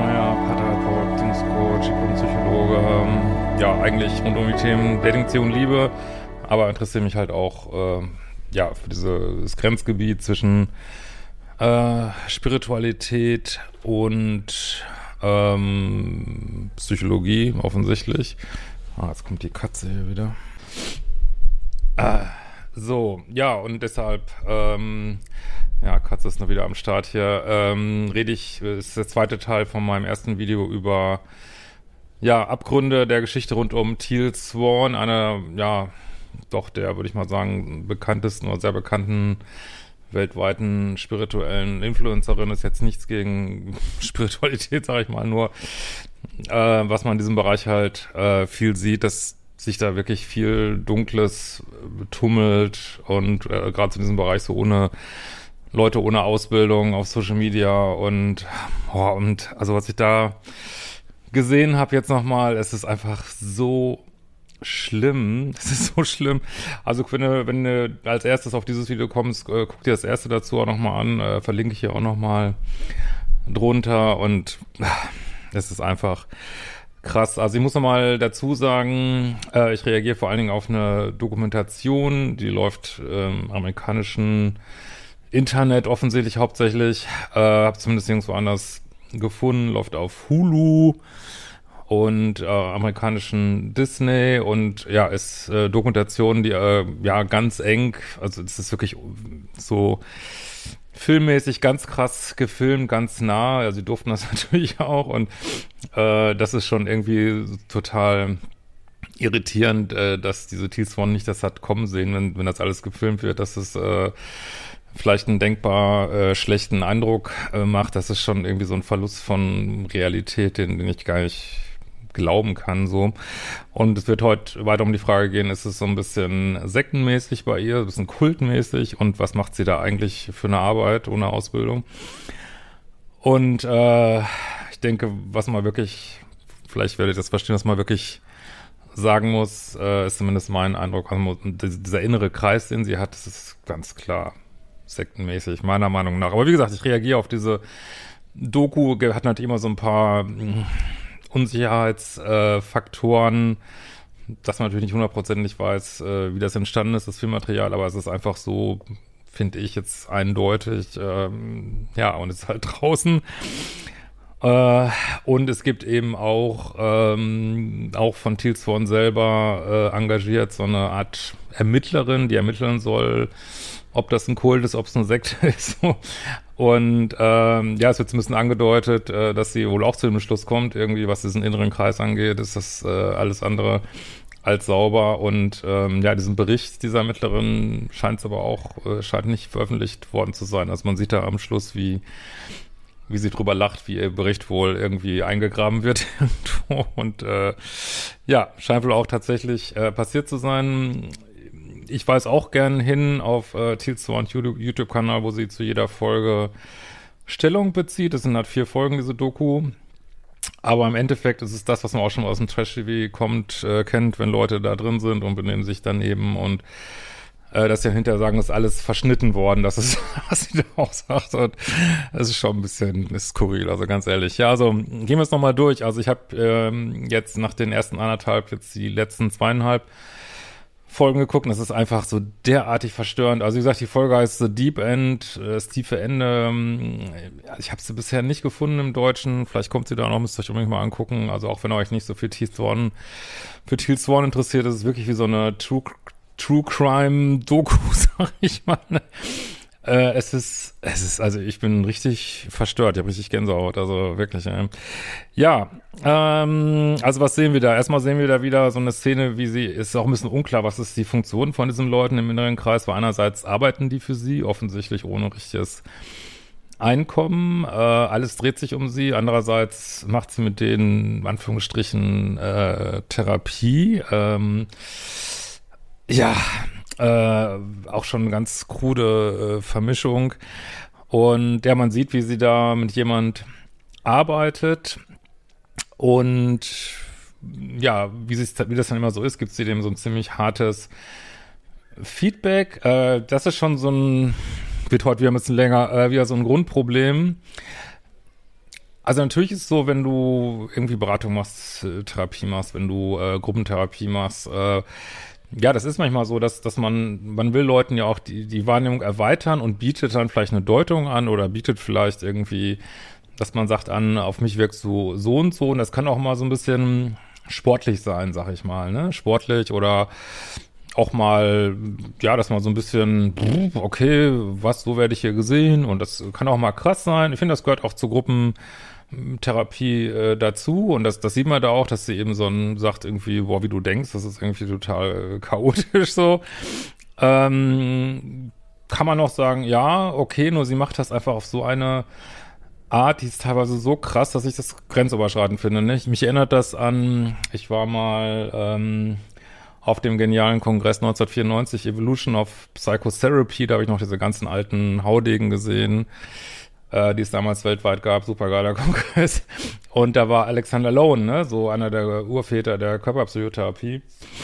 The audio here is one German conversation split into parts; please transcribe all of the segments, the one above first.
Meyer, Paartherapeut, Beziehungscoach, Psychologe. Ja, eigentlich rund um die Themen Dating, Beziehung, Liebe, aber interessiere mich halt auch für dieses Grenzgebiet zwischen Spiritualität und Psychologie offensichtlich. Jetzt kommt die Katze hier wieder. Und deshalb, Katze ist noch wieder am Start hier, ist der zweite Teil von meinem ersten Video über, Abgründe der Geschichte rund um Teal Swan, einer, der, würde ich mal sagen, bekanntesten oder sehr bekannten weltweiten spirituellen Influencerin. Ist jetzt nichts gegen Spiritualität, sage ich mal, nur was man in diesem Bereich halt viel sieht, dass sich da wirklich viel Dunkles tummelt und gerade zu diesem Bereich so ohne Leute ohne Ausbildung auf Social Media und also was ich da gesehen habe jetzt nochmal, es ist einfach so schlimm. Es ist so schlimm. Also wenn du als erstes auf dieses Video kommst, guck dir das erste dazu auch nochmal an, verlinke ich hier auch nochmal drunter und es ist einfach krass. Also ich muss nochmal dazu sagen, ich reagiere vor allen Dingen auf eine Dokumentation, die läuft im amerikanischen Internet offensichtlich hauptsächlich. Habe zumindest irgendwo anders gefunden, läuft auf Hulu und amerikanischen Disney und ist Dokumentation, die ganz eng, also es ist wirklich so filmmäßig ganz krass gefilmt, ganz nah, also sie durften das natürlich auch und das ist schon irgendwie total irritierend, dass diese Teal Swan nicht das hat kommen sehen, wenn das alles gefilmt wird, dass es vielleicht einen denkbar schlechten Eindruck macht. Das ist schon irgendwie so ein Verlust von Realität, den ich gar nicht glauben kann, so. Und es wird heute weiter um die Frage gehen, ist es so ein bisschen sektenmäßig bei ihr, ein bisschen kultmäßig und was macht sie da eigentlich für eine Arbeit ohne Ausbildung? Und ich denke, was man wirklich, vielleicht werdet ihr das verstehen, was man wirklich sagen muss, ist zumindest mein Eindruck, also dieser innere Kreis, den sie hat, das ist ganz klar sektenmäßig, meiner Meinung nach. Aber wie gesagt, ich reagiere auf diese Doku, hat natürlich immer so ein paar Unsicherheitsfaktoren, dass man natürlich nicht hundertprozentig weiß, wie das entstanden ist, das Filmmaterial, aber es ist einfach so, finde ich, jetzt eindeutig, und es ist halt draußen. Und es gibt eben auch von Teal Swan selber engagiert so eine Art Ermittlerin, die ermitteln soll, ob das ein Kult ist, ob es eine Sekte ist. Und es wird ein bisschen angedeutet, dass sie wohl auch zu dem Schluss kommt, irgendwie, was diesen inneren Kreis angeht, ist das alles andere als sauber. Und diesen Bericht dieser Ermittlerin scheint nicht veröffentlicht worden zu sein. Also man sieht da am Schluss, wie sie drüber lacht, wie ihr Bericht wohl irgendwie eingegraben wird irgendwo. Und scheint wohl auch tatsächlich passiert zu sein. Ich weise auch gern hin auf Teal Swans YouTube-Kanal, wo sie zu jeder Folge Stellung bezieht. Es sind halt 4 Folgen, diese Doku. Aber im Endeffekt ist es das, was man auch schon aus dem Trash-TV kennt, wenn Leute da drin sind und benehmen sich daneben und dass sie hinterher sagen, ist alles verschnitten worden. Das ist, was sie da auch sagt. Und das ist schon ein bisschen skurril, also ganz ehrlich. Ja, also gehen wir es nochmal durch. Also ich habe jetzt nach den ersten 1,5, jetzt die letzten 2,5 Folgen geguckt und das ist einfach so derartig verstörend. Also wie gesagt, die Folge heißt The Deep End, das tiefe Ende. Ich habe sie bisher nicht gefunden im Deutschen. Vielleicht kommt sie da noch, müsst ihr euch unbedingt mal angucken. Also auch wenn ihr euch nicht so für Teal Swan interessiert, ist es wirklich wie so eine True Crime Doku, sag ich mal. Es ist, also ich bin richtig verstört, ich habe richtig Gänsehaut, also wirklich. Also was sehen wir da? Erstmal sehen wir da wieder so eine Szene, ist auch ein bisschen unklar, was ist die Funktion von diesen Leuten im inneren Kreis, weil einerseits arbeiten die für sie, offensichtlich ohne richtiges Einkommen, alles dreht sich um sie, andererseits macht sie mit denen, in Anführungsstrichen, Therapie, auch schon eine ganz krude Vermischung. Und man sieht, wie sie da mit jemand arbeitet. Und wie das dann immer so ist, gibt sie dem so ein ziemlich hartes Feedback. Das ist schon so wird heute wieder ein bisschen länger, wieder so ein Grundproblem. Also natürlich ist es so, wenn du irgendwie Beratung machst, Therapie machst, wenn du Gruppentherapie machst, ja, das ist manchmal so, dass man will Leuten ja auch die Wahrnehmung erweitern und bietet dann vielleicht eine Deutung an oder bietet vielleicht irgendwie, dass man sagt auf mich wirkst du so und so, und das kann auch mal so ein bisschen sportlich sein, sag ich mal, ne? Sportlich oder auch mal, ja, dass man so ein bisschen, okay, so werde ich hier gesehen, und das kann auch mal krass sein. Ich finde, das gehört auch zur Gruppentherapie dazu, und das sieht man da auch, dass sie eben sagt irgendwie, boah, wie du denkst, das ist irgendwie total chaotisch so. Kann man auch sagen, ja, okay, nur sie macht das einfach auf so eine Art, die ist teilweise so krass, dass ich das grenzüberschreitend finde, ne? Mich erinnert das an, ich war mal auf dem genialen Kongress 1994, Evolution of Psychotherapy, da habe ich noch diese ganzen alten Haudegen gesehen, die es damals weltweit gab, supergeiler Kongress. Und da war Alexander Lowen, ne, so einer der Urväter der Körperpsychotherapie.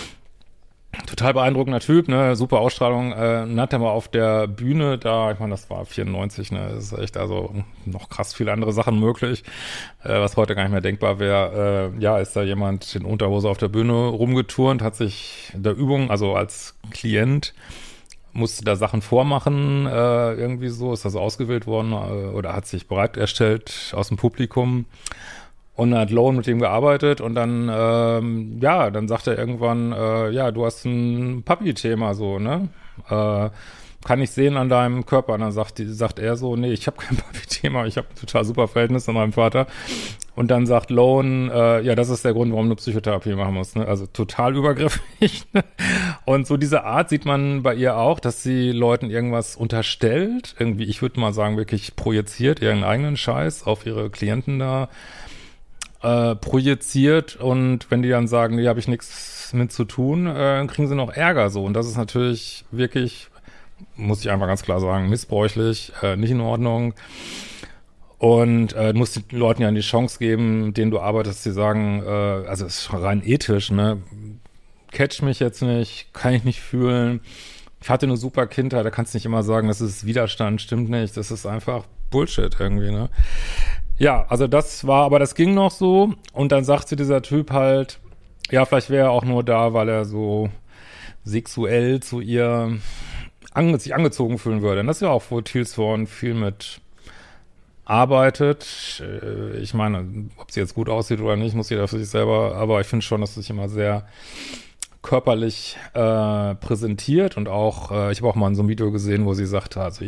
Total beeindruckender Typ, ne, super Ausstrahlung, hat er mal auf der Bühne da, ich meine, das war 94, ne, das ist echt, also noch krass viele andere Sachen möglich, was heute gar nicht mehr denkbar wäre. Ja, ist da jemand in Unterhose auf der Bühne rumgeturnt, hat sich der Übung, also als Klient, musste da Sachen vormachen, irgendwie so, ist also ausgewählt worden, oder hat sich bereit erstellt aus dem Publikum. Und dann hat Lowen mit ihm gearbeitet, und dann, ja, dann sagt er irgendwann, ja, du hast ein Papi-Thema so, ne? Kann ich sehen an deinem Körper. Und dann sagt er so, nee, ich habe kein Papi-Thema, ich habe ein total super Verhältnis zu meinem Vater. Und dann sagt Lowen, ja, das ist der Grund, warum du Psychotherapie machen musst, ne? Also total übergriffig, ne? Und so diese Art sieht man bei ihr auch, dass sie Leuten irgendwas unterstellt, irgendwie, ich würde mal sagen, wirklich projiziert, ihren eigenen Scheiß auf ihre Klienten da projiziert, und wenn die dann sagen, nee, habe ich nichts mit zu tun, kriegen sie noch Ärger so, und das ist natürlich wirklich, muss ich einfach ganz klar sagen, missbräuchlich, nicht in Ordnung, und du musst den Leuten ja die Chance geben, mit denen du arbeitest, die sagen, also es ist rein ethisch, ne, catch mich jetzt nicht, kann ich nicht fühlen, ich hatte eine super Kindheit, da kannst du nicht immer sagen, das ist Widerstand, stimmt nicht, das ist einfach Bullshit irgendwie, ne. Ja, also das ging noch so, und dann sagte dieser Typ halt, ja, vielleicht wäre er auch nur da, weil er so sexuell zu ihr sich angezogen fühlen würde. Und das ist ja auch, wo Teal Swan viel mit arbeitet. Ich meine, ob sie jetzt gut aussieht oder nicht, muss jeder für sich selber, aber ich finde schon, dass sie sich immer sehr körperlich präsentiert, und auch, ich habe auch mal in so einem Video gesehen, wo sie sagte, also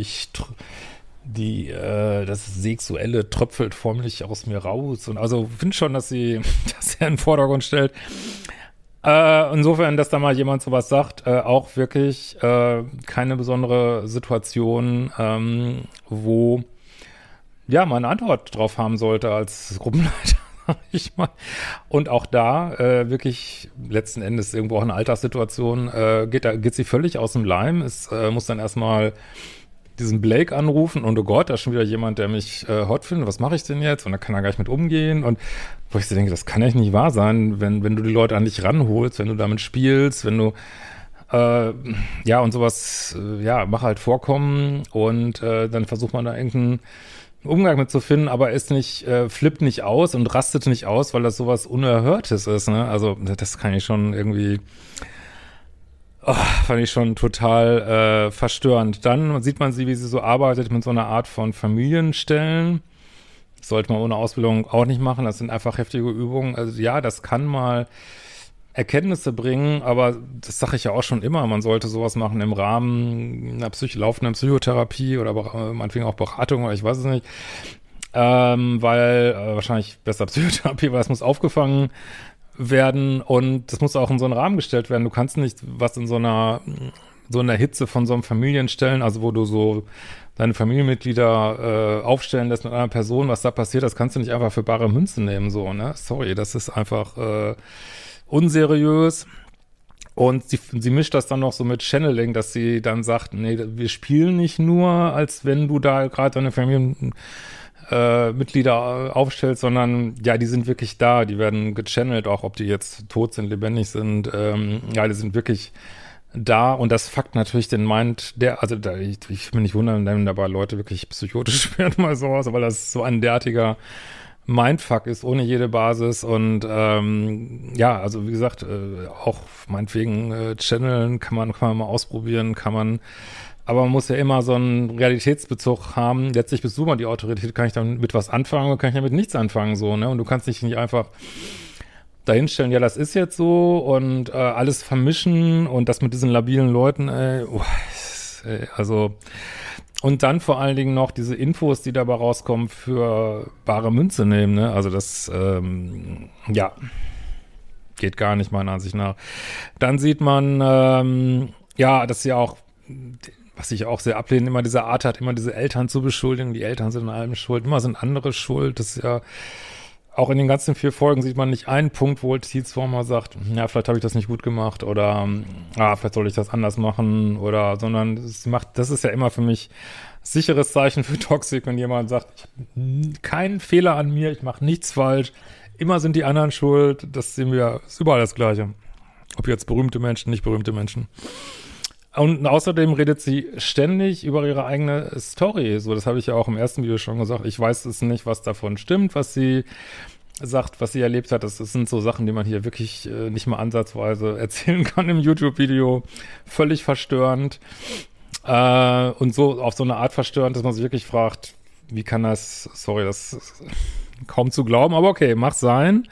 das Sexuelle tröpfelt förmlich aus mir raus, und also finde schon, dass sie das sehr in den Vordergrund stellt. Insofern, dass da mal jemand sowas sagt, auch wirklich keine besondere Situation, wo ja man eine Antwort drauf haben sollte als Gruppenleiter, sag ich mal. Und auch da wirklich letzten Endes irgendwo auch eine Alltagssituation, geht sie völlig aus dem Leim. Es muss dann erstmal diesen Blake anrufen, und oh Gott, da ist schon wieder jemand, der mich hot findet, was mache ich denn jetzt? Und da kann er gar nicht mit umgehen, und wo ich so denke, das kann echt nicht wahr sein, wenn du die Leute an dich ranholst, wenn du damit spielst, wenn du ja, und sowas, ja, mach halt vorkommen, und dann versucht man da irgendeinen Umgang mit zu finden, aber flippt nicht aus und rastet nicht aus, weil das sowas Unerhörtes ist, ne? Also das kann ich schon irgendwie fand ich schon total verstörend. Dann sieht man sie, wie sie so arbeitet mit so einer Art von Familienstellen. Das sollte man ohne Ausbildung auch nicht machen. Das sind einfach heftige Übungen. Also ja, das kann mal Erkenntnisse bringen, aber das sage ich ja auch schon immer. Man sollte sowas machen im Rahmen einer laufenden Psychotherapie oder meinetwegen auch Beratung, oder ich weiß es nicht. Weil wahrscheinlich besser Psychotherapie, weil es muss aufgefangen werden, und das muss auch in so einen Rahmen gestellt werden. Du kannst nicht was in so einer Hitze von so einem Familienstellen, also wo du so deine Familienmitglieder aufstellen lässt mit einer Person, was da passiert, das kannst du nicht einfach für bare Münze nehmen, so, ne? Sorry, das ist einfach unseriös. Und sie mischt das dann noch so mit Channeling, dass sie dann sagt, nee, wir spielen nicht nur, als wenn du da gerade deine Mitglieder aufstellt, sondern ja, die sind wirklich da, die werden gechannelt, auch ob die jetzt tot sind, lebendig sind, ja, die sind wirklich da, und das fuckt natürlich den Mind, ich will mich nicht wundern, wenn dabei Leute wirklich psychotisch werden, mal sowas, weil das so ein derartiger Mindfuck ist ohne jede Basis und ja, also wie gesagt, auch meinetwegen Channeln kann man mal ausprobieren, aber man muss ja immer so einen Realitätsbezug haben. Letztlich bist du mal die Autorität, kann ich damit mit was anfangen oder kann ich damit nichts anfangen, so, ne? Und du kannst dich nicht einfach dahinstellen, ja, das ist jetzt so und alles vermischen und das mit diesen labilen Leuten, also und dann vor allen Dingen noch diese Infos, die dabei rauskommen, für bare Münze nehmen, ne? Also das, ja, geht gar nicht, meiner Ansicht nach. Dann sieht man, ja, dass ja auch, was ich auch sehr ablehne, immer diese Art hat, immer diese Eltern zu beschuldigen. Die Eltern sind in allem schuld, immer sind andere schuld. Das ist ja, auch in den ganzen 4 Folgen sieht man nicht einen Punkt, wo T-Swarm mal sagt, ja, vielleicht habe ich das nicht gut gemacht oder vielleicht soll ich das anders machen oder, sondern das ist ja immer für mich sicheres Zeichen für Toxic, wenn jemand sagt, ich habe keinen Fehler an mir, ich mache nichts falsch, immer sind die anderen schuld, das sehen wir, ist überall das Gleiche. Ob jetzt berühmte Menschen, nicht berühmte Menschen. Und außerdem redet sie ständig über ihre eigene Story. So, das habe ich ja auch im ersten Video schon gesagt. Ich weiß es nicht, was davon stimmt, was sie sagt, was sie erlebt hat. Das sind so Sachen, die man hier wirklich nicht mal ansatzweise erzählen kann im YouTube-Video. Völlig verstörend. Und so auf so eine Art verstörend, dass man sich wirklich fragt, wie kann das, sorry, das ist kaum zu glauben, aber okay, mach sein.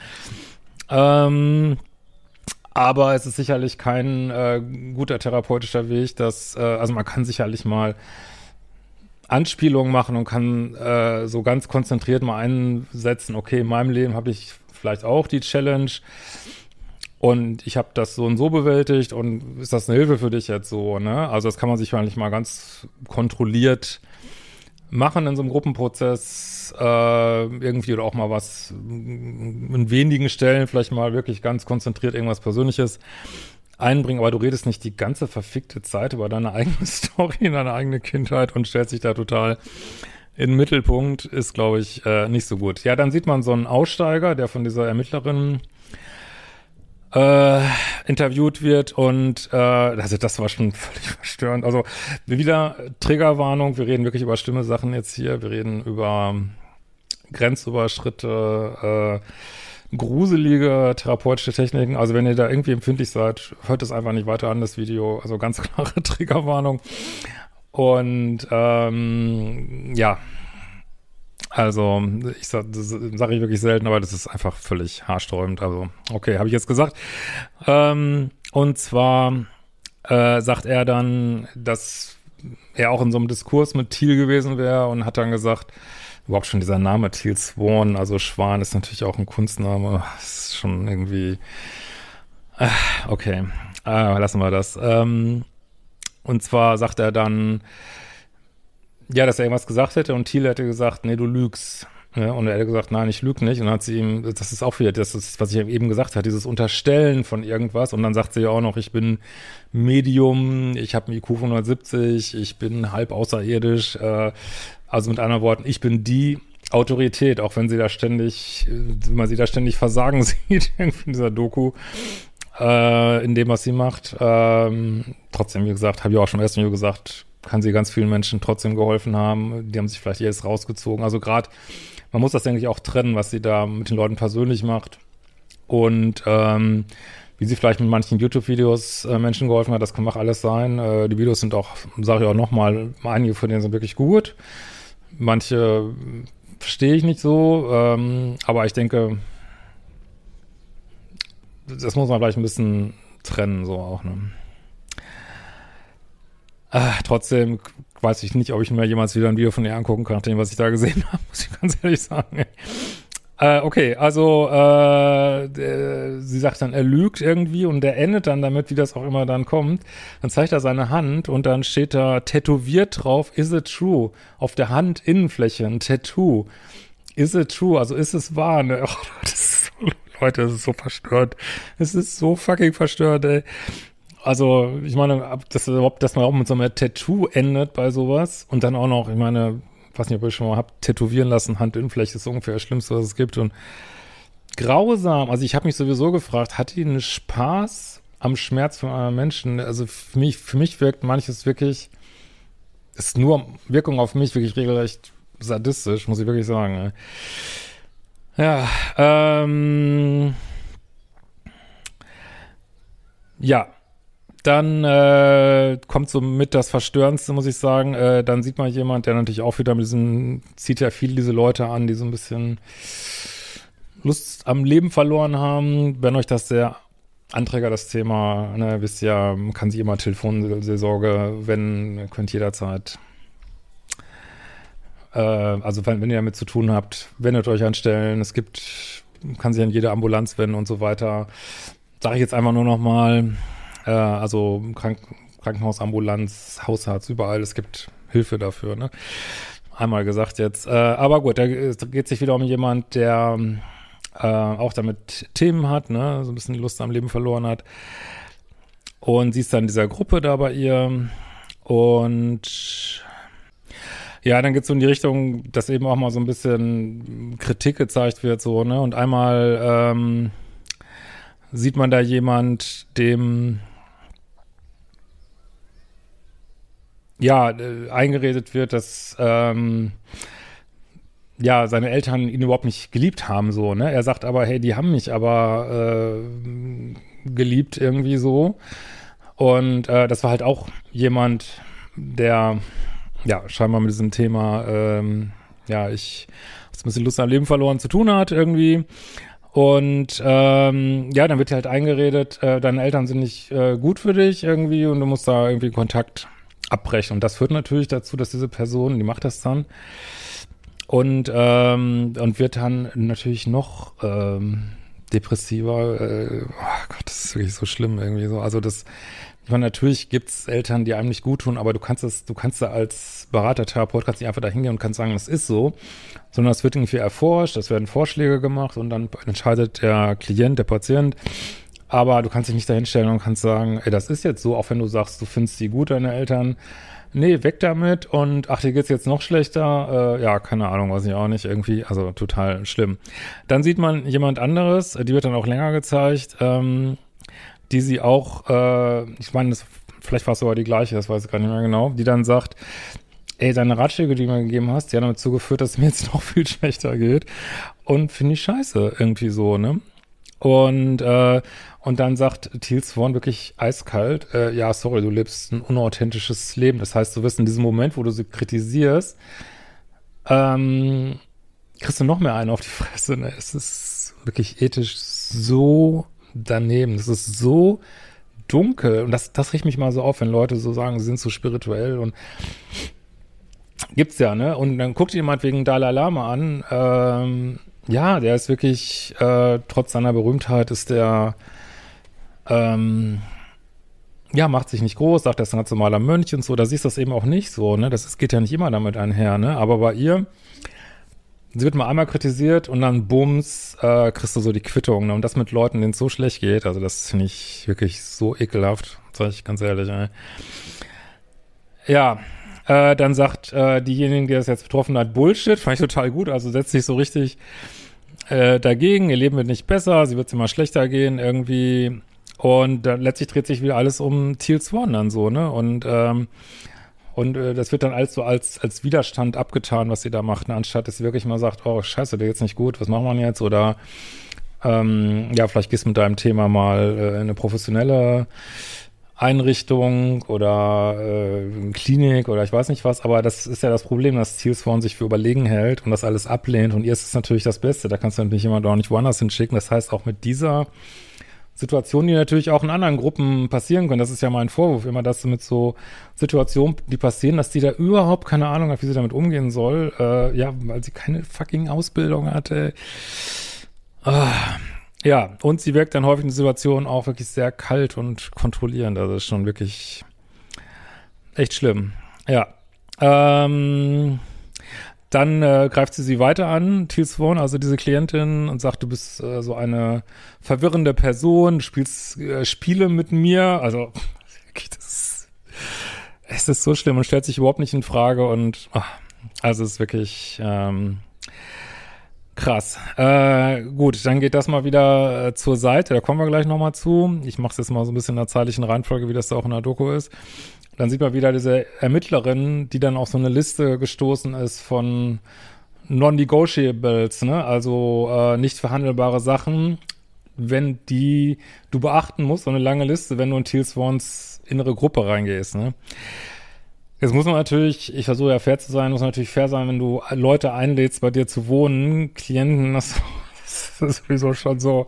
Aber es ist sicherlich kein guter therapeutischer Weg, also man kann sicherlich mal Anspielungen machen und kann so ganz konzentriert mal einsetzen, okay, in meinem Leben habe ich vielleicht auch die Challenge und ich habe das so und so bewältigt und ist das eine Hilfe für dich jetzt so, ne? Also das kann man sich eigentlich mal ganz kontrolliert machen in so einem Gruppenprozess irgendwie oder auch mal was in wenigen Stellen vielleicht mal wirklich ganz konzentriert irgendwas Persönliches einbringen, aber du redest nicht die ganze verfickte Zeit über deine eigene Story, deine eigene Kindheit und stellst dich da total in den Mittelpunkt, ist, glaube ich, nicht so gut. Ja, dann sieht man so einen Aussteiger, der von dieser Ermittlerin interviewt wird und also das war schon völlig verstörend. Also wieder Triggerwarnung, wir reden wirklich über schlimme Sachen jetzt hier, wir reden über Grenzüberschritte, gruselige therapeutische Techniken. Also wenn ihr da irgendwie empfindlich seid, hört es einfach nicht weiter an, das Video. Also ganz klare Triggerwarnung. Und ja, also das sage ich wirklich selten, aber das ist einfach völlig haarsträubend. Also okay, habe ich jetzt gesagt. Und zwar sagt er dann, dass er auch in so einem Diskurs mit Thiel gewesen wäre und hat dann gesagt, überhaupt schon dieser Name Teal Swan, also Schwan ist natürlich auch ein Kunstname, das ist schon irgendwie, okay, lassen wir das. Und zwar sagt er dann, ja, dass er irgendwas gesagt hätte und Thiel hätte gesagt, nee, du lügst. Ja, und er hätte gesagt, nein, ich lüge nicht. Und dann hat sie ihm, das ist auch wieder, das ist, was ich eben gesagt habe, dieses Unterstellen von irgendwas. Und dann sagt sie ja auch noch, ich bin Medium, ich habe einen IQ von 170, ich bin halb außerirdisch. Also mit anderen Worten, ich bin die Autorität, auch wenn sie da ständig, man sie da ständig versagen sieht, irgendwie in dieser Doku, in dem, was sie macht. Trotzdem, wie gesagt, habe ich auch schon im ersten Video gesagt, kann sie ganz vielen Menschen trotzdem geholfen haben. Die haben sich vielleicht jetzt rausgezogen. Also gerade, man muss das, denke ich, auch trennen, was sie da mit den Leuten persönlich macht. Und wie sie vielleicht mit manchen YouTube-Videos Menschen geholfen hat, das kann auch alles sein. Die Videos sind auch, sage ich auch nochmal, einige von denen sind wirklich gut. Manche verstehe ich nicht so, aber ich denke, das muss man vielleicht ein bisschen trennen, so auch, ne? Trotzdem weiß ich nicht, ob ich mir jemals wieder ein Video von ihr angucken kann, nach dem, was ich da gesehen habe, muss ich ganz ehrlich sagen. Okay, also sie sagt dann, er lügt irgendwie und der endet dann damit, wie das auch immer dann kommt. Dann zeigt er seine Hand und dann steht da tätowiert drauf, is it true? Auf der Handinnenfläche ein Tattoo. Is it true? Also ist es wahr? Ne? Oh, das ist so, Leute, das ist so verstört. Es ist so fucking verstört, ey. Also, ich meine, dass man auch mit so einem Tattoo endet bei sowas und dann auch noch, ich meine, weiß nicht, ob ihr schon mal habt, tätowieren lassen, Handinnenfläche ist ungefähr das Schlimmste, was es gibt und grausam. Also ich habe mich sowieso gefragt, hat die einen Spaß am Schmerz von anderen Menschen? Also für mich wirkt manches wirklich, ist nur Wirkung auf mich wirklich regelrecht sadistisch, muss ich wirklich sagen. Ja, ja. Dann kommt so mit das Verstörendste, muss ich sagen. Dann sieht man jemand, der natürlich auch wieder mit diesem, zieht ja viele diese Leute an, die so ein bisschen Lust am Leben verloren haben. Wenn euch das sehr anträgert, das Thema, ne, wisst ihr ja, man kann sich immer Telefonseelsorge, wenn, könnt jederzeit. Also wenn ihr damit zu tun habt, wendet euch anstellen. Es gibt, kann sich an jede Ambulanz wenden und so weiter. Sage ich jetzt einfach nur noch mal. Also Krankenhaus, Ambulanz, Hausarzt, überall. Es gibt Hilfe dafür, ne? Einmal gesagt jetzt. Aber gut, es geht sich wieder um jemand, der auch damit Themen hat, ne? So ein bisschen die Lust am Leben verloren hat. Und sie ist dann in dieser Gruppe da bei ihr. Und ja, dann geht's so in die Richtung, dass eben auch mal so ein bisschen Kritik gezeigt wird, so, ne? Und einmal sieht man da jemand, dem eingeredet wird, dass seine Eltern ihn überhaupt nicht geliebt haben, so, ne? Er sagt aber, hey, die haben mich aber geliebt irgendwie so. Und das war halt auch jemand, der scheinbar mit diesem Thema ich habe ein bisschen Lust am Leben verloren zu tun hat irgendwie. Und dann wird dir halt eingeredet, deine Eltern sind nicht gut für dich irgendwie und du musst da irgendwie Kontakt abbrechen. Und das führt natürlich dazu, dass diese Person, die macht das dann und wird dann natürlich noch depressiver. Oh Gott, das ist wirklich so schlimm irgendwie so. Also ich meine, natürlich gibt's Eltern, die einem nicht gut tun, aber du kannst da als Berater, Therapeut, kannst nicht einfach da hingehen und kannst sagen, das ist so, sondern es wird irgendwie erforscht, es werden Vorschläge gemacht und dann entscheidet der Klient, der Patient. Aber du kannst dich nicht da hinstellen und kannst sagen, ey, das ist jetzt so, auch wenn du sagst, du findest die gut, deine Eltern. Nee, weg damit und ach, dir geht's jetzt noch schlechter. Keine Ahnung, weiß ich auch nicht, irgendwie, also total schlimm. Dann sieht man jemand anderes, die wird dann auch länger gezeigt, die sie auch, ich meine, vielleicht war es sogar die gleiche, das weiß ich gar nicht mehr genau, die dann sagt, ey, deine Ratschläge, die du mir gegeben hast, die haben damit zugeführt, dass es mir jetzt noch viel schlechter geht und finde ich scheiße, irgendwie so, ne? Und dann sagt Teal Swan wirklich eiskalt, sorry, du lebst ein unauthentisches Leben. Das heißt, du wirst in diesem Moment, wo du sie kritisierst, kriegst du noch mehr einen auf die Fresse. Ne? Es ist wirklich ethisch so daneben. Es ist so dunkel. Und das riecht mich mal so auf, wenn Leute so sagen, sie sind so spirituell und gibt's ja, ne? Und dann guckt jemand wegen Dalai Lama an, der ist wirklich, trotz seiner Berühmtheit ist der, macht sich nicht groß, sagt, er ist ein ganz normaler Mönch und so, da siehst du das eben auch nicht so, ne? Geht ja nicht immer damit einher, ne? Aber bei ihr, sie wird mal einmal kritisiert und dann bums, kriegst du so die Quittung, ne? Und das mit Leuten, denen es so schlecht geht, also das finde ich wirklich so ekelhaft, sag ich ganz ehrlich, ey. Ja, dann sagt diejenige, die das jetzt betroffen hat, Bullshit, fand ich total gut, also setzt sich so richtig dagegen, ihr Leben wird nicht besser, sie wird immer schlechter gehen irgendwie und dann letztlich dreht sich wieder alles um Teal Swan dann so, ne? Und das wird dann alles so als Widerstand abgetan, was sie da macht, ne? Anstatt dass sie wirklich mal sagt, oh scheiße, dir geht's nicht gut, was machen wir jetzt? Oder vielleicht gehst du mit deinem Thema mal in eine professionelle Einrichtung oder Klinik oder ich weiß nicht was, aber das ist ja das Problem, dass Teal Swan sich für überlegen hält und das alles ablehnt und ihr ist es natürlich das Beste, da kannst du natürlich jemand auch nicht woanders hinschicken, das heißt auch mit dieser Situation, die natürlich auch in anderen Gruppen passieren können, das ist ja mein Vorwurf, immer dass mit so Situationen, die passieren, dass die da überhaupt keine Ahnung hat, wie sie damit umgehen soll, weil sie keine fucking Ausbildung hatte. Ja, und sie wirkt dann häufig in Situationen auch wirklich sehr kalt und kontrollierend. Also das ist schon wirklich echt schlimm. Ja. Dann greift sie weiter an, Teal Swan, also diese Klientin, und sagt, du bist so eine verwirrende Person, du spielst Spiele mit mir. Also es ist so schlimm und stellt sich überhaupt nicht in Frage. Und also es ist wirklich krass. Gut, dann geht das mal wieder zur Seite. Da kommen wir gleich nochmal zu. Ich mache es jetzt mal so ein bisschen in der zeitlichen Reihenfolge, wie das da auch in der Doku ist. Dann sieht man wieder diese Ermittlerin, die dann auf so eine Liste gestoßen ist von Non-Negotiables, ne? Also nicht verhandelbare Sachen, wenn die du beachten musst, so eine lange Liste, wenn du in Teal Swans innere Gruppe reingehst, ne? Jetzt muss man natürlich, ich versuche ja fair zu sein, muss natürlich fair sein, wenn du Leute einlädst, bei dir zu wohnen, Klienten, das ist sowieso schon so,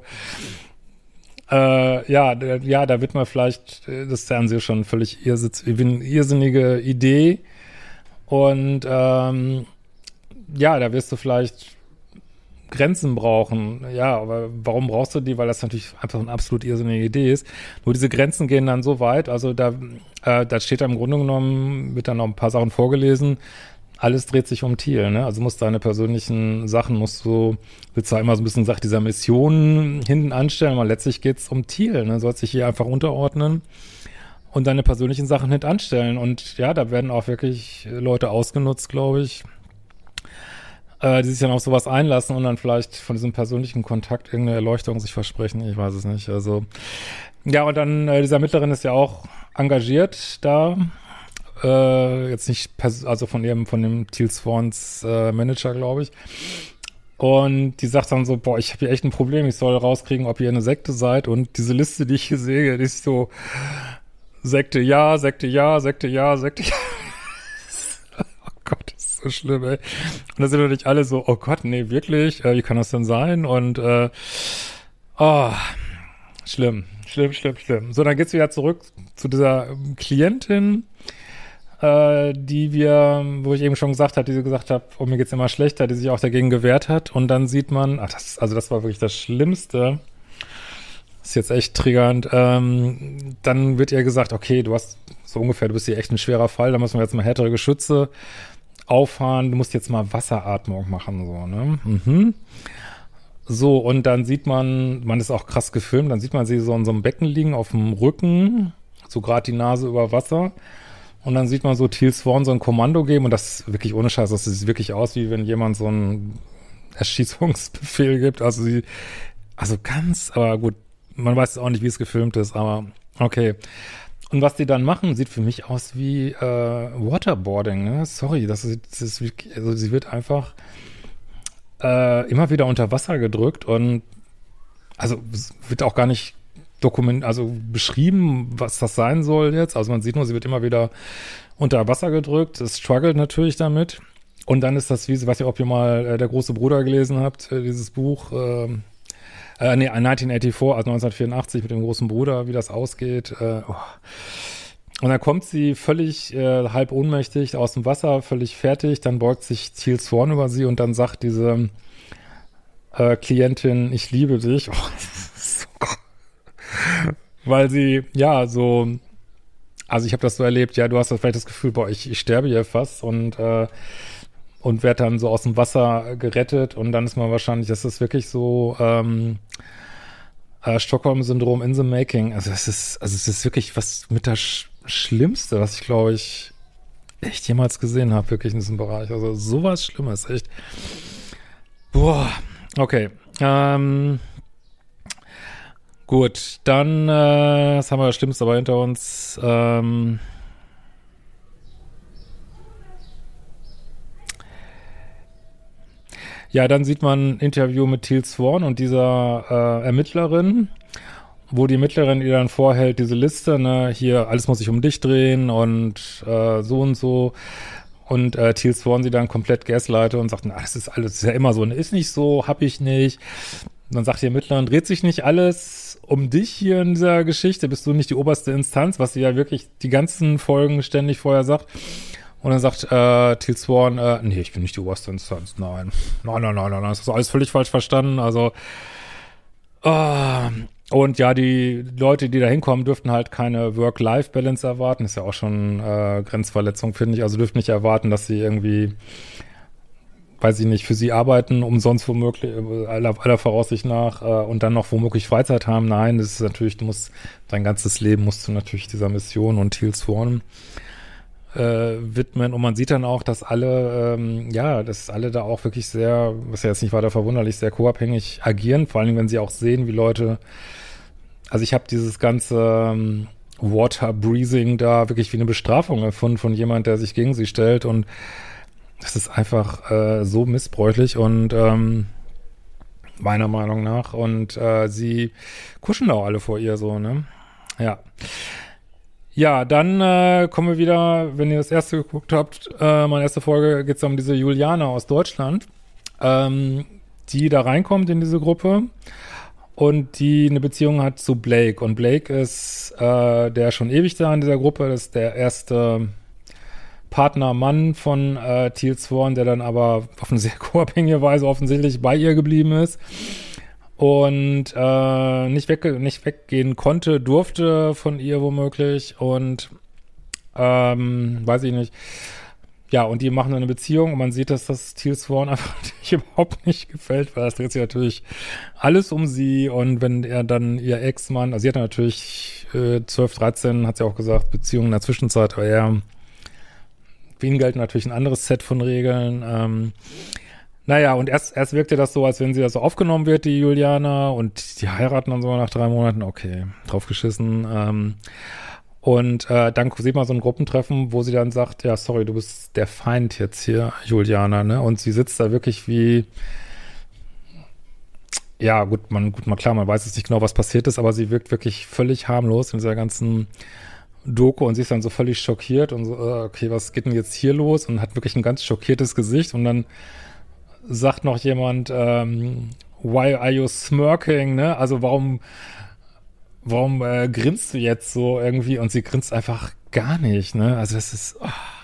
ja, da wird man vielleicht, das ist ja an sich schon völlig irrsinnige Idee und ja, da wirst du vielleicht Grenzen brauchen. Ja, aber warum brauchst du die? Weil das natürlich einfach eine absolut irrsinnige Idee ist. Nur diese Grenzen gehen dann so weit, also da steht da im Grunde genommen, wird dann noch ein paar Sachen vorgelesen, alles dreht sich um Thiel, ne? Also musst deine persönlichen Sachen, willst du immer so ein bisschen, sagt, dieser Mission hinten anstellen, weil letztlich geht's um Thiel, ne? Sollst dich hier einfach unterordnen und deine persönlichen Sachen hinten anstellen. Und ja, da werden auch wirklich Leute ausgenutzt, glaube ich, die sich dann auf sowas einlassen und dann vielleicht von diesem persönlichen Kontakt irgendeine Erleuchtung sich versprechen. Ich weiß es nicht. Also, ja, und dann, diese Ermittlerin ist ja auch engagiert da. Jetzt nicht, also von dem Teal Swans Manager, glaube ich. Und die sagt dann so, boah, ich habe hier echt ein Problem. Ich soll rauskriegen, ob ihr eine Sekte seid. Und diese Liste, die ich hier sehe, die ist so Sekte ja, Sekte ja, Sekte ja, Sekte ja. Oh Gott, das ist so schlimm, ey. Und da sind natürlich alle so, oh Gott, nee, wirklich? Wie kann das denn sein? Und schlimm. So, dann geht's wieder zurück zu dieser Klientin, wo ich eben schon gesagt habe, die sie gesagt hat, oh, mir geht's immer schlechter, die sich auch dagegen gewehrt hat. Und dann sieht man, das war wirklich das Schlimmste. Das ist jetzt echt triggernd. Dann wird ihr gesagt, okay, du bist hier echt ein schwerer Fall, da müssen wir jetzt mal härtere Geschütze auffahren, du musst jetzt mal Wasseratmung machen, so, ne? Mhm. So, und dann sieht man ist auch krass gefilmt, dann sieht man sie so in so einem Becken liegen, auf dem Rücken, so gerade die Nase über Wasser. Und dann sieht man so Teal Swan so ein Kommando geben und das ist wirklich ohne Scheiß, das sieht wirklich aus, wie wenn jemand so einen Erschießungsbefehl gibt. Also ganz, aber gut, man weiß auch nicht, wie es gefilmt ist, aber okay. Und was die dann machen, sieht für mich aus wie Waterboarding, ne? Sorry, das ist wirklich, also sie wird einfach immer wieder unter Wasser gedrückt und also es wird auch gar nicht beschrieben, was das sein soll jetzt. Also man sieht nur, sie wird immer wieder unter Wasser gedrückt. Es struggelt natürlich damit. Und dann ist das, ich weiß nicht, ob ihr mal Der große Bruder gelesen habt, dieses Buch, 1984, also 1984 mit dem großen Bruder, wie das ausgeht. Und dann kommt sie völlig halb ohnmächtig aus dem Wasser, völlig fertig. Dann beugt sich Teal Swan über sie und dann sagt diese Klientin, ich liebe dich. Oh, das ist so krass. Weil sie, ja, so, also ich habe das so erlebt, ja, du hast vielleicht das Gefühl, boah, ich sterbe hier fast und werde dann so aus dem Wasser gerettet und dann ist man wahrscheinlich, das ist wirklich so Stockholm-Syndrom in the making. Also es ist wirklich was mit das Schlimmste, was ich, glaube ich, echt jemals gesehen habe, wirklich in diesem Bereich. Also sowas Schlimmes, echt. Boah, okay. Gut, dann, das haben wir das Schlimmste aber hinter uns. Ja, dann sieht man ein Interview mit Teal Swan und dieser Ermittlerin, wo die Ermittlerin ihr dann vorhält, diese Liste, ne, hier, alles muss sich um dich drehen und so und so. Und Teal Swan sie dann komplett gaslightet und sagt, das ist alles, ist ja immer so, ne, ist nicht so, hab ich nicht. Und dann sagt die Ermittlerin, dreht sich nicht alles um dich hier in dieser Geschichte? Bist du nicht die oberste Instanz, was sie ja wirklich die ganzen Folgen ständig vorher sagt? Und dann sagt Teal Swan, nee, ich bin nicht die oberste Instanz. Nein, das ist alles völlig falsch verstanden. Also, und ja, die Leute, die da hinkommen, dürften halt keine Work-Life-Balance erwarten. Ist ja auch schon Grenzverletzung, finde ich. Also dürften nicht erwarten, dass sie irgendwie, weiß ich nicht, für sie arbeiten, umsonst womöglich, aller Voraussicht nach, und dann noch womöglich Freizeit haben. Nein, das ist natürlich, dein ganzes Leben musst du natürlich dieser Mission und Teal Swan widmen. Und man sieht dann auch, dass alle da auch wirklich sehr, was ja jetzt nicht weiter verwunderlich, sehr co-abhängig agieren, vor allem, wenn sie auch sehen, wie Leute, also ich habe dieses ganze Water Breathing da wirklich wie eine Bestrafung erfunden von jemand, der sich gegen sie stellt und Das ist einfach so missbräuchlich und meiner Meinung nach. Und sie kuschen auch alle vor ihr so, ne? Ja. Ja, dann kommen wir wieder, wenn ihr das erste geguckt habt, meine erste Folge, geht es um diese Juliana aus Deutschland, die da reinkommt in diese Gruppe und die eine Beziehung hat zu Blake. Und Blake ist der schon ewig da in dieser Gruppe, das ist der erste Partner, Mann von Teal Swan, der dann aber auf eine sehr co-abhängige Weise offensichtlich bei ihr geblieben ist und nicht weggehen konnte, durfte von ihr womöglich und weiß ich nicht. Ja, und die machen eine Beziehung und man sieht, dass das Teal Swan einfach überhaupt nicht gefällt, weil es dreht sich natürlich alles um sie und wenn er dann ihr Ex-Mann, also sie hat natürlich 12, 13, hat sie auch gesagt, Beziehungen in der Zwischenzeit, aber er für ihn gelten natürlich ein anderes Set von Regeln. Naja, und erst wirkte das so, als wenn sie da so aufgenommen wird, die Juliana, und die heiraten dann so nach 3 Monaten, okay, draufgeschissen. Und dann sieht man so ein Gruppentreffen, wo sie dann sagt, ja, sorry, du bist der Feind jetzt hier, Juliana, ne? Und sie sitzt da wirklich wie, ja, klar, man weiß jetzt nicht genau, was passiert ist, aber sie wirkt wirklich völlig harmlos in dieser ganzen Doku und sie ist dann so völlig schockiert und so, okay, was geht denn jetzt hier los? Und hat wirklich ein ganz schockiertes Gesicht und dann sagt noch jemand, why are you smirking, ne? Also warum grinst du jetzt so irgendwie? Und sie grinst einfach gar nicht, ne? Also das ist,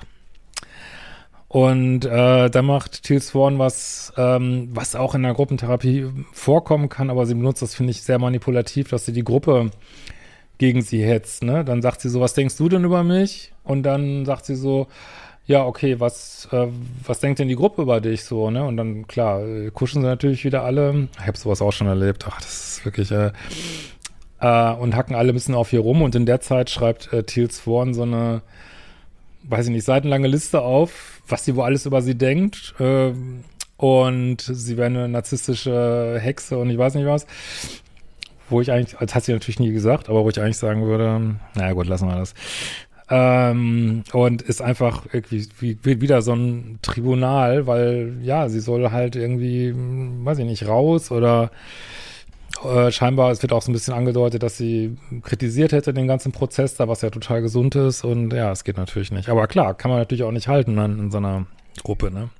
Und da macht Teal Swan was auch in der Gruppentherapie vorkommen kann, aber sie benutzt das, finde ich, sehr manipulativ, dass sie die Gruppe gegen sie hetzt, ne? Dann sagt sie so, was denkst du denn über mich? Und dann sagt sie so, ja, okay, was denkt denn die Gruppe über dich so, ne? Und dann, klar, kuschen sie natürlich wieder alle. Ich habe sowas auch schon erlebt. Ach, das ist wirklich, und hacken alle ein bisschen auf ihr rum. Und in der Zeit schreibt Teal Swan so eine, weiß ich nicht, seitenlange Liste auf, was sie wohl alles über sie denkt. Und sie wäre eine narzisstische Hexe und ich weiß nicht was. Wo ich eigentlich, das hat sie natürlich nie gesagt, aber wo ich eigentlich sagen würde, naja gut, lassen wir das. Und ist einfach irgendwie wieder so ein Tribunal, weil, ja, sie soll halt irgendwie, weiß ich nicht, raus oder scheinbar, es wird auch so ein bisschen angedeutet, dass sie kritisiert hätte den ganzen Prozess da, was ja total gesund ist und ja, es geht natürlich nicht. Aber klar, kann man natürlich auch nicht halten in so einer Gruppe, ne?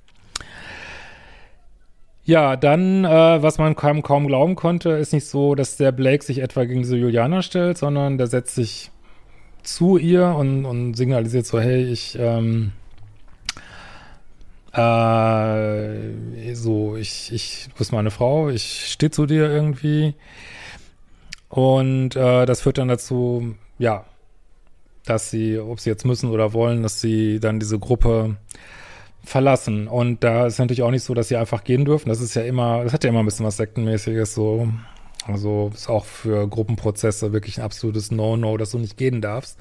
Ja, dann, was man kaum glauben konnte, ist nicht so, dass der Blake sich etwa gegen diese Juliana stellt, sondern der setzt sich zu ihr und signalisiert so, hey, ich du bist meine Frau, ich stehe zu dir irgendwie. Und das führt dann dazu, ja, dass sie, ob sie jetzt müssen oder wollen, dass sie dann diese Gruppe verlassen. Und da ist natürlich auch nicht so, dass sie einfach gehen dürfen. Das hat ja immer ein bisschen was Sektenmäßiges so. Also ist auch für Gruppenprozesse wirklich ein absolutes No-No, dass du nicht gehen darfst.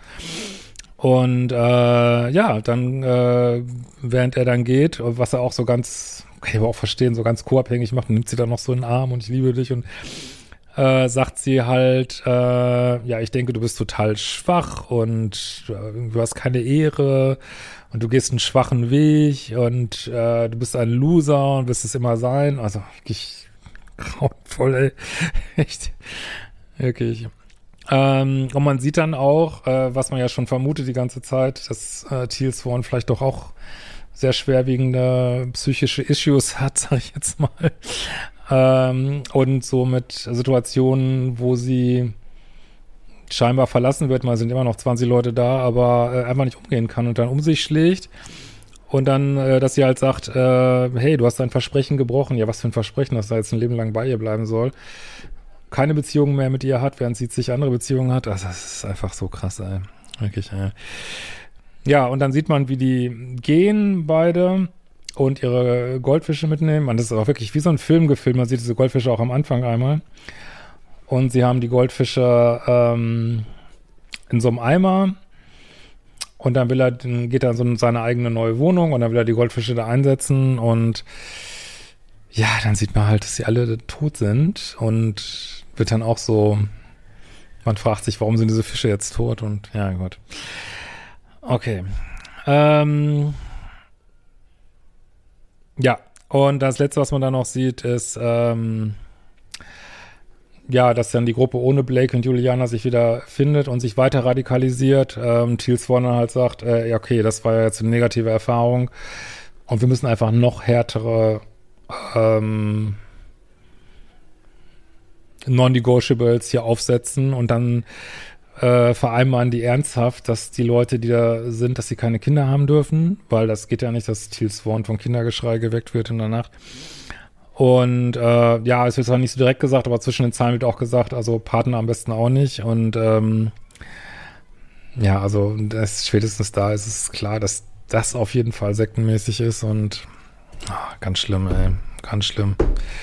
Und ja, dann, während er dann geht, was er auch so ganz, kann ich aber auch verstehen, so ganz co-abhängig macht, nimmt sie dann noch so in den Arm und ich liebe dich und sagt sie halt, ja, ich denke, du bist total schwach und du hast keine Ehre und du gehst einen schwachen Weg und du bist ein Loser und wirst es immer sein. Also wirklich grauenvoll, ey. Echt. Wirklich. Und man sieht dann auch, was man ja schon vermutet die ganze Zeit, dass Teal Swan vielleicht doch auch sehr schwerwiegende psychische Issues hat, sag ich jetzt mal. Und so mit Situationen, wo sie scheinbar verlassen wird, mal sind immer noch 20 Leute da, aber einfach nicht umgehen kann und dann um sich schlägt. Und dann, dass sie halt sagt, hey, du hast dein Versprechen gebrochen. Ja, was für ein Versprechen, dass er jetzt ein Leben lang bei ihr bleiben soll. Keine Beziehung mehr mit ihr hat, während sie zig andere Beziehungen hat. Also das ist einfach so krass, ey. Wirklich, ey. Ja, und dann sieht man, wie die gehen beide und ihre Goldfische mitnehmen. Und das ist auch wirklich wie so ein Film gefilmt. Man sieht diese Goldfische auch am Anfang einmal. Und sie haben die Goldfische in so einem Eimer. Und dann geht er in seine eigene neue Wohnung und dann will er die Goldfische da einsetzen. Und ja, dann sieht man halt, dass sie alle tot sind. Und wird dann auch so, man fragt sich, warum sind diese Fische jetzt tot? Und ja, Gott. Okay. Ja, und das Letzte, was man dann noch sieht, ist, ja, dass dann die Gruppe ohne Blake und Juliana sich wieder findet und sich weiter radikalisiert. Teal Swan dann halt sagt, ja, okay, das war ja jetzt eine negative Erfahrung und wir müssen einfach noch härtere Non-Negotiables hier aufsetzen und dann vereinbaren die ernsthaft, dass die Leute, die da sind, dass sie keine Kinder haben dürfen, weil das geht ja nicht, dass Teal Swan von Kindergeschrei geweckt wird in der Nacht. Und ja, es wird zwar nicht so direkt gesagt, aber zwischen den Zeilen wird auch gesagt, also Partner am besten auch nicht. Und ja, also spätestens da ist es klar, dass das auf jeden Fall sektenmäßig ist und ganz schlimm, ey, ganz schlimm.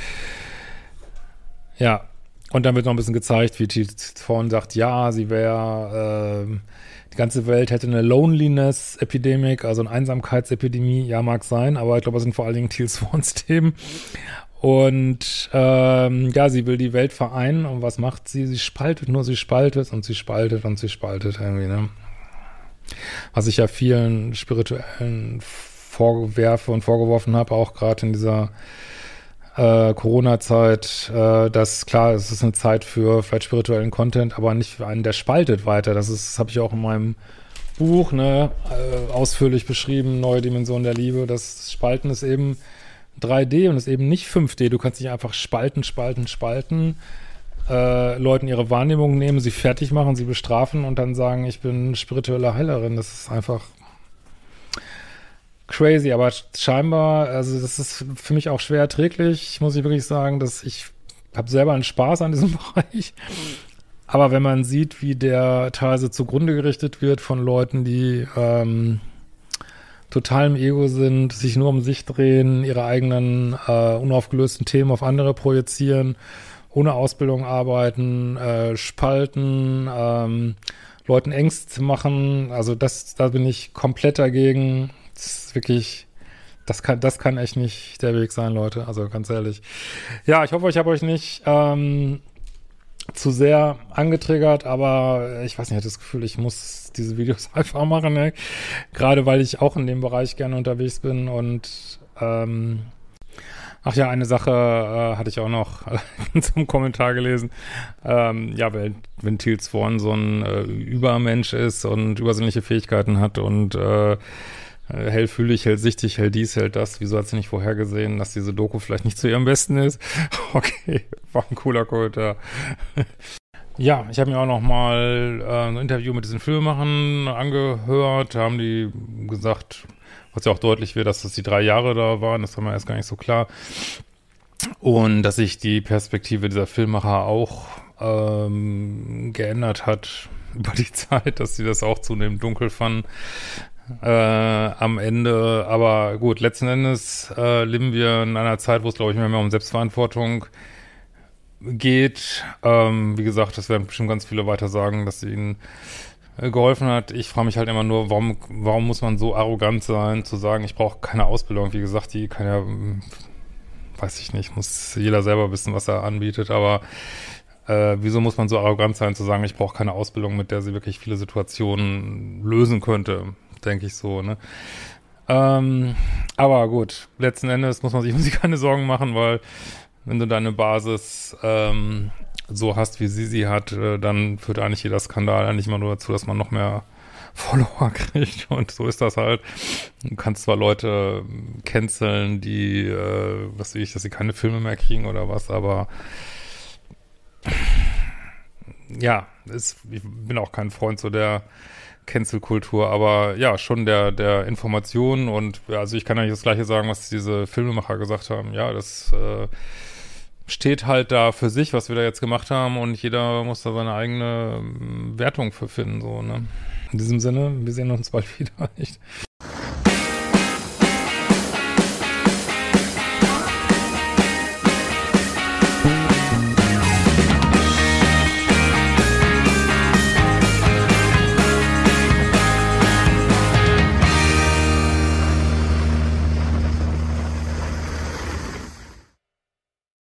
Ja, und dann wird noch ein bisschen gezeigt, wie Teal Swan sagt, ja, sie wäre, die ganze Welt hätte eine Loneliness-Epidemik, also eine Einsamkeitsepidemie, ja, mag sein, aber ich glaube, das sind vor allen Dingen Teal Swans Themen. Und ja, sie will die Welt vereinen und was macht sie? Sie spaltet nur, sie spaltet und sie spaltet und sie spaltet irgendwie, ne? Was ich ja vielen Spirituellen vorwerfe und vorgeworfen habe, auch gerade in dieser Corona-Zeit, dass klar, es ist eine Zeit für vielleicht spirituellen Content, aber nicht für einen, der spaltet weiter. Das habe ich auch in meinem Buch, ne, ausführlich beschrieben, Neue Dimension der Liebe. Das Spalten ist eben 3D und ist eben nicht 5D. Du kannst nicht einfach spalten, Leuten ihre Wahrnehmung nehmen, sie fertig machen, sie bestrafen und dann sagen, ich bin spirituelle Heilerin. Das ist einfach crazy, aber scheinbar, also das ist für mich auch schwer erträglich, muss ich wirklich sagen, dass ich habe selber einen Spaß an diesem Bereich. Aber wenn man sieht, wie der teilweise zugrunde gerichtet wird von Leuten, die total im Ego sind, sich nur um sich drehen, ihre eigenen unaufgelösten Themen auf andere projizieren, ohne Ausbildung arbeiten, spalten, Leuten Ängste machen, also da bin ich komplett dagegen. Das ist wirklich, das kann echt nicht der Weg sein, Leute, also ganz ehrlich. Ja, ich hoffe, ich habe euch nicht zu sehr angetriggert, aber ich weiß nicht, ich hatte das Gefühl, ich muss diese Videos einfach machen, ne? Gerade weil ich auch in dem Bereich gerne unterwegs bin und ach ja, eine Sache hatte ich auch noch in so einem Kommentar gelesen. Ja, wenn Teal Swan so ein Übermensch ist und übersinnliche Fähigkeiten hat und hellfühlig, hellsichtig, hell dies, hell das. Wieso hat sie nicht vorhergesehen, dass diese Doku vielleicht nicht zu ihrem Besten ist? Okay, war ein cooler Kommentar. Ja, ich habe mir auch noch mal ein Interview mit diesen Filmemachern angehört. Da haben die gesagt, was ja auch deutlich wird, dass das die 3 Jahre da waren. Das war mir erst gar nicht so klar. Und dass sich die Perspektive dieser Filmemacher auch geändert hat über die Zeit, dass sie das auch zunehmend dunkel fanden. Am Ende, aber gut, letzten Endes leben wir in einer Zeit, wo es, glaube ich, mehr um Selbstverantwortung geht. Wie gesagt, das werden bestimmt ganz viele weiter sagen, dass sie ihnen geholfen hat. Ich frage mich halt immer nur, warum muss man so arrogant sein, zu sagen, ich brauche keine Ausbildung. Wie gesagt, die kann ja, weiß ich nicht, muss jeder selber wissen, was er anbietet, aber wieso muss man so arrogant sein, zu sagen, ich brauche keine Ausbildung, mit der sie wirklich viele Situationen lösen könnte, denke ich so, ne? Aber gut, letzten Endes muss man sich um sie keine Sorgen machen, weil wenn du deine Basis so hast, wie sie hat, dann führt eigentlich jeder Skandal eigentlich immer nur dazu, dass man noch mehr Follower kriegt und so ist das halt. Du kannst zwar Leute canceln, die, was weiß ich, dass sie keine Filme mehr kriegen oder was, aber ja, ich bin auch kein Freund so der Cancel-Kultur, aber ja, schon der Information und ja, also ich kann eigentlich das Gleiche sagen, was diese Filmemacher gesagt haben. Ja, das steht halt da für sich, was wir da jetzt gemacht haben und jeder muss da seine eigene Wertung für finden, so, ne? In diesem Sinne, wir sehen uns bald wieder, nicht?